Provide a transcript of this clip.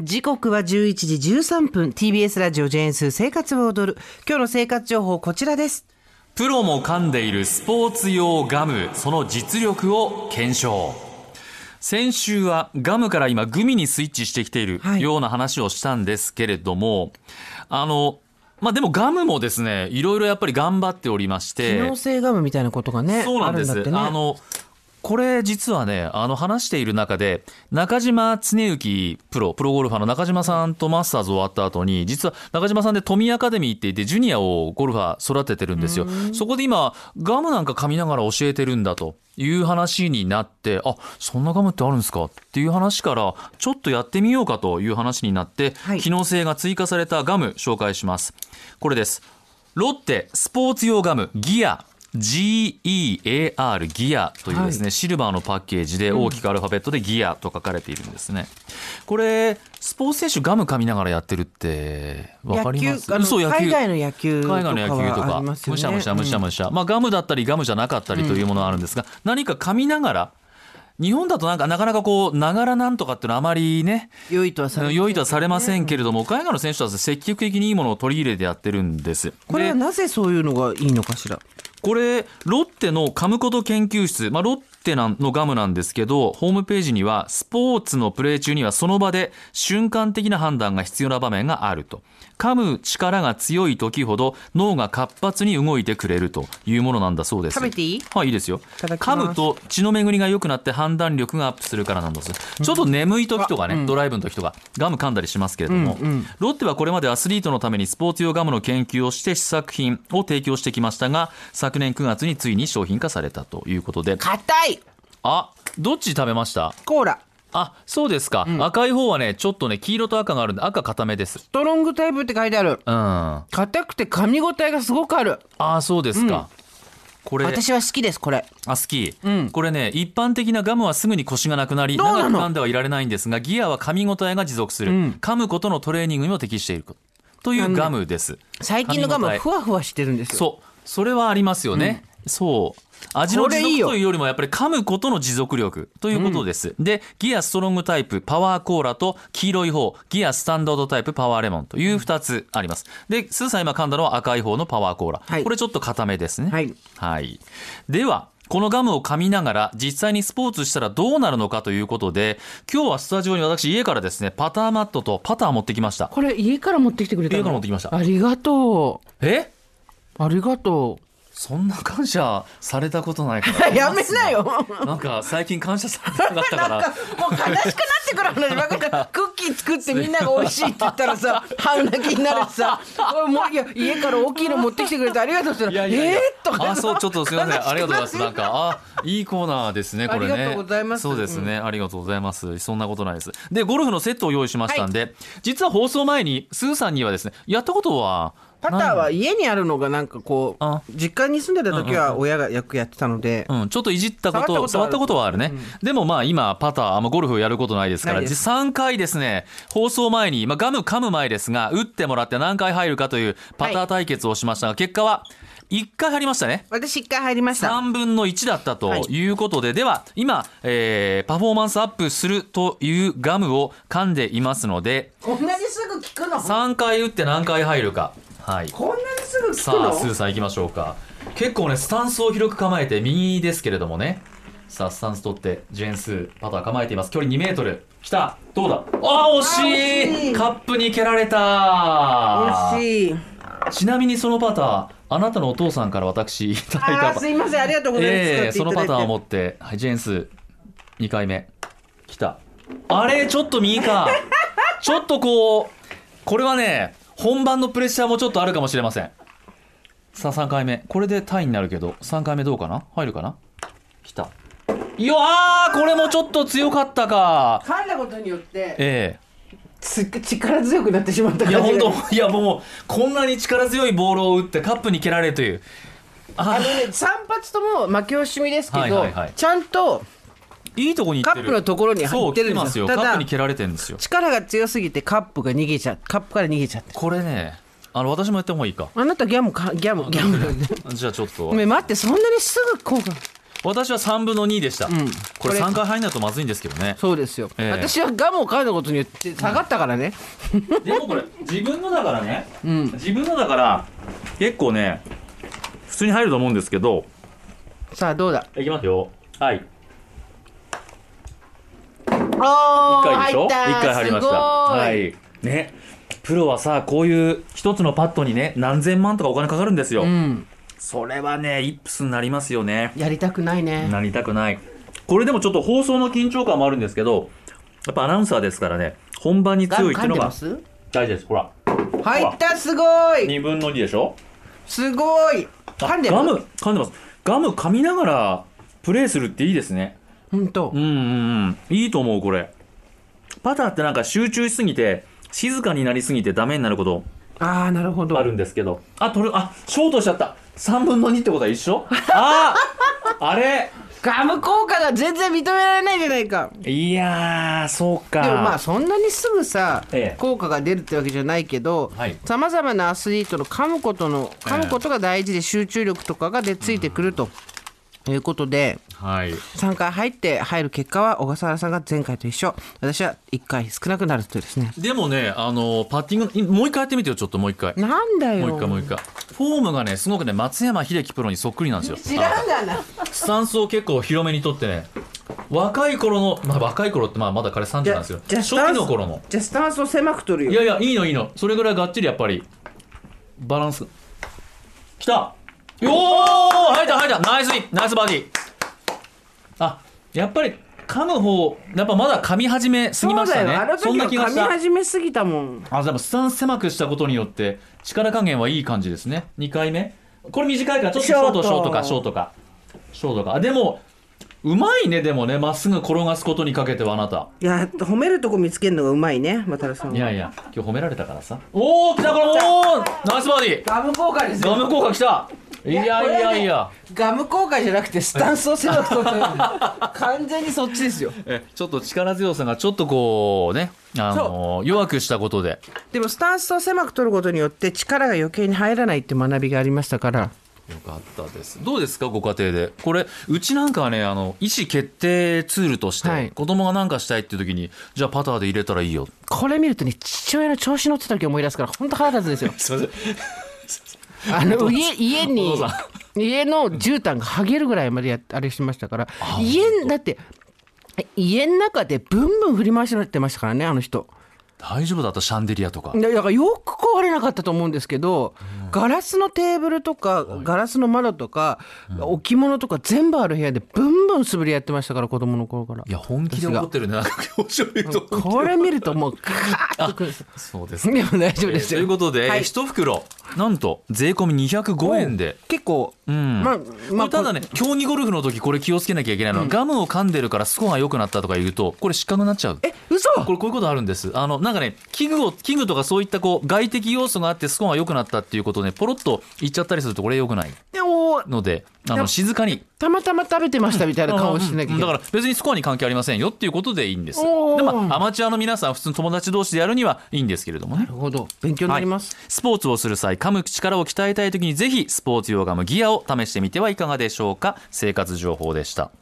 時刻は11時13分 TBS ラジオジェーンスー生活を踊る。今日の生活情報こちらです。 プロも噛んでいるスポーツ用ガム、その実力を検証。先週はガムから今グミにスイッチしてきているような話をしたんですけれども、でもガムもですね、いろいろやっぱり頑張っておりまして、 機能性ガムみたいなことがね、 そうなんです。 あるんだってね。 これ実はね、話している中で中島恒之プロゴルファーの中島さんとマスターズ終わった後に、実は中島さんでトミーアカデミーって言ってジュニアをゴルファー育ててるんですよ。そこで今ガムなんか噛みながら教えてるんだという話になって、あ、そんなガムってあるんですかっていう話からちょっとやってみようかという話になって、機能性が追加されたガム紹介します。これです。ロッテスポーツ用ガムギア、GEAR ギアというですね、シルバーのパッケージで大きくアルファベットでギアと書かれているんですね。これスポーツ選手ガム噛みながらやってるってわかります？そう、 海外の野球とかはありますよね。 むしゃむしゃ、ガムだったりガムじゃなかったりというものがあるんですが、何か噛みながら、日本だとなかなかこうながらなんとかっていうのはあまりね、良いとはされませんけれども、海外の選手たちは積極的にいいものを取り入れてやってるんです。 これはなぜそういうのがいいのかしら。 これロッテの噛むこと研究室、ロッテのガムなんですけど、ホームページにはスポーツのプレー中にはその場で瞬間的な判断が必要な場面があると。噛む力が強い時ほど脳が活発に動いてくれるというものなんだそうです。 食べていい？ はい、いいですよ。噛むと血の巡りが良くなって判断力がアップするからなんです。ちょっと眠い時とかね、ドライブの時とかガム噛んだりしますけれども、ロッテはこれまでアスリートのためにスポーツ用ガムの研究をして試作品を提供してきましたが、昨年9月についに商品化されたということで。 硬い。 どっち食べました？ コーラ。 そうですか、赤い方はね、ちょっとね、黄色と赤があるんで赤固めです。 ストロングタイプって書いてある。硬くて噛み応えがすごくある。 そうですか、これ私は好きです。これ好き、これね、一般的なガムはすぐにコシがなくなり長く噛んではいられないんですが、ギアは噛み応えが持続する、噛むことのトレーニングにも適しているというガムです。 最近のガムはふわふわしてるんですよ。 それはありますよね、味の持続というよりもやっぱり噛むことの持続力ということです。で、ギアストロングタイプパワーコーラと黄色い方ギアスタンダードタイプパワーレモンという2つあります。で、スーさん今噛んだのは赤い方のパワーコーラ、これちょっと固めですね。ではこのガムを噛みながら実際にスポーツしたらどうなるのかということで、今日はスタジオに私家からですね、パターマットとパター持ってきました。 これ家から持ってきてくれたの？ 家から持ってきました。 ありがとう。ありがとう。 そんな感謝されたことないからやめなよ。 なんか最近感謝されなかったからもう悲しくなってくる話ばっかり。クッキー作ってみんなが美味しいって言ったらさ、半泣きになるしさ、いや家から大きいの持ってきてくれてありがとうって言ったら、とかちょっとすいません、ありがとうございます。なんかいいコーナーですねこれね。 ありがとうございます。 そうですね、ありがとうございます。そんなことないです。で、ゴルフのセットを用意しましたんで、実は放送前にスーさんにはですね、やったことはパターは家にあるのがなんかこう実家に住んでた時は親がよくやってたので、 ちょっといじったこと触ったことはあるね、でも今パターゴルフをやることないですから、3回ですね、放送前に、ガム噛む前ですが打ってもらって何回入るかというパター対決をしましたが、結果は1回入りましたね。 私1回入りました。 3分の1だったということで、では今、パフォーマンスアップするというガムを噛んでいますので、 こんなにすぐ効くの ？3回打って何回入るか。 こんなにすぐ効くの？ さあスーさん行きましょうか。結構ね、スタンスを広く構えて右ですけれどもね、さあスタンス取ってジェーンスーパター構えています。距離2メートルきた。どうだ？惜しい。カップに蹴られた。 惜しい。 ちなみにそのパター、あなたのお父さんから私いただいた。 すいません、ありがとうございます。 そのパターを持って、ジェーンスー2回目きた。あれちょっと右か。ちょっとこれはね、本番のプレッシャーもちょっとあるかもしれません。さあ3回目、これでタイになるけど3回目どうかな、入るかな。きた。これもちょっと強かったか。 噛んだことによって力強くなってしまった感じが。 いやもうこんなに力強いボールを打ってカップに蹴られるという、 3発とも負け惜しみですけど、ちゃんといいとこに行ってる。 カップのところに入ってるんですよ。 カップに蹴られてるんですよ。 力が強すぎてカップから逃げちゃって。これね、私もやった方がいいか。 あなたギャムじゃあちょっと待って、そんなにすぐ効果。 私は3分の2でした、これ3回入んないとまずいんですけどね。 そうですよ、私はガムを噛んだことによって下がったからね、 でもこれ自分のだからね、自分のだから結構ね普通に入ると思うんですけど。 さあどうだ。 いきますよ。はい、 1 1回でしょ。 1 1回入りました。はいね、プロはさこういう一つのパットにね何千万とかお金かかるんですよ、それはねイップスになりますよね。 やりたくないね。 なりたくない。これでもちょっと放送の緊張感もあるんですけど、やっぱアナウンサーですからね、本番に強いっていうのが大事です。ほら入った、すごい。 2分の2でしょ。 すごい。噛んでる。 ガム噛んでます。ガム噛みながらプレイするっていいですね。 本当。 いいと思う。これパターってなんか集中しすぎて静かになりすぎてダメになることあるほど。 あるんですけど、ショートしちゃった。3分の2ってことは一緒。あれガム効果が全然認められないじゃないか。 いやーそうか。 でもまあそんなにすぐさ、 ええ効果が出るってわけじゃないけど、さまざまなアスリートの噛むことが大事で、集中力とかがついてくるということで、3回入る結果は小笠原さんが前回と一緒、私は1回少なくなるというですね。 でもねパッティングもう一回やってみてよ。ちょっともう一回。 なんだよ。 もう一回。フォームがねすごくね松山英樹プロにそっくりなんですよ。 知らんがな。 スタンスを結構広めにとってね、若い頃の、若い頃ってまだ彼30なんですよ。初期の頃の。 じゃあスタンスを狭く取るよ。 いやいいの。それぐらいがっちりやっぱりバランスきた。おー入ったナイスバーディー。やっぱり噛む方やっぱまだ噛み始めすぎましたね。 そんな気がした。噛み始めすぎたもん。 でもスタンス狭くしたことによって力加減はいい感じですね。2回目これ短いからちょっとショートか。でもうまいね。でもねまっすぐ転がすことにかけてはあなた。 いや褒めるとこ見つけるのがうまいね渡るさんは。 いや今日褒められたからさ。おお来た。これナイスバーディー。 ガム効果ですよ。 ガム効果来た。いやガム効果じゃなくてスタンスを狭く取る完全にそっちですよ。 ちょっと力強さがちょっとこうね弱くしたことで。 でもスタンスを狭く取ることによって力が余計に入らないって学びがありましたから。 よかったです。どうですかご家庭で。これうちなんかはね意思決定ツールとして、子供が何かしたいっていう時にじゃあパターで入れたらいいよ。これ見るとね父親の調子乗ってた時思い出すから本当腹立つんですよ。すいません家の絨毯が剥げるぐらいまであれしてましたから。だって家の中でブンブン振り回してましたからねあの人。 大丈夫だった？シャンデリアとか。 だからよく壊れなかったと思うんですけど、ガラスのテーブルとかガラスの窓とか、置物とか全部ある部屋でブンブン素振りやってましたから子供の頃から。 いや本気で怒ってるね。なんか表情見るとこれ見るともうカーッとくる。 そうですね。 でも大丈夫ですよ。 ということで、1袋なんと税込み205円で結構、 ただね競技ゴルフの時これ気をつけなきゃいけないのは、ガムを噛んでるからスコアが良くなったとか言うとこれ失格になっちゃう。 嘘。 こういうことあるんです。なんかね器具とかそういった外的要素があってスコアが良くなったっていうことをねポロッと言っちゃったりするとこれ良くないので静かにたまたま食べてましたみたいな顔してなきゃいけない。 だから別にスコアに関係ありませんよっていうことでいいんです。でアマチュアの皆さん普通の友達同士でやるにはいいんですけれどもね。 なるほど勉強になります。 スポーツをする際噛む力を鍛えたい時にぜひスポーツ用ガムギアを試してみてはいかがでしょうか。生活情報でした。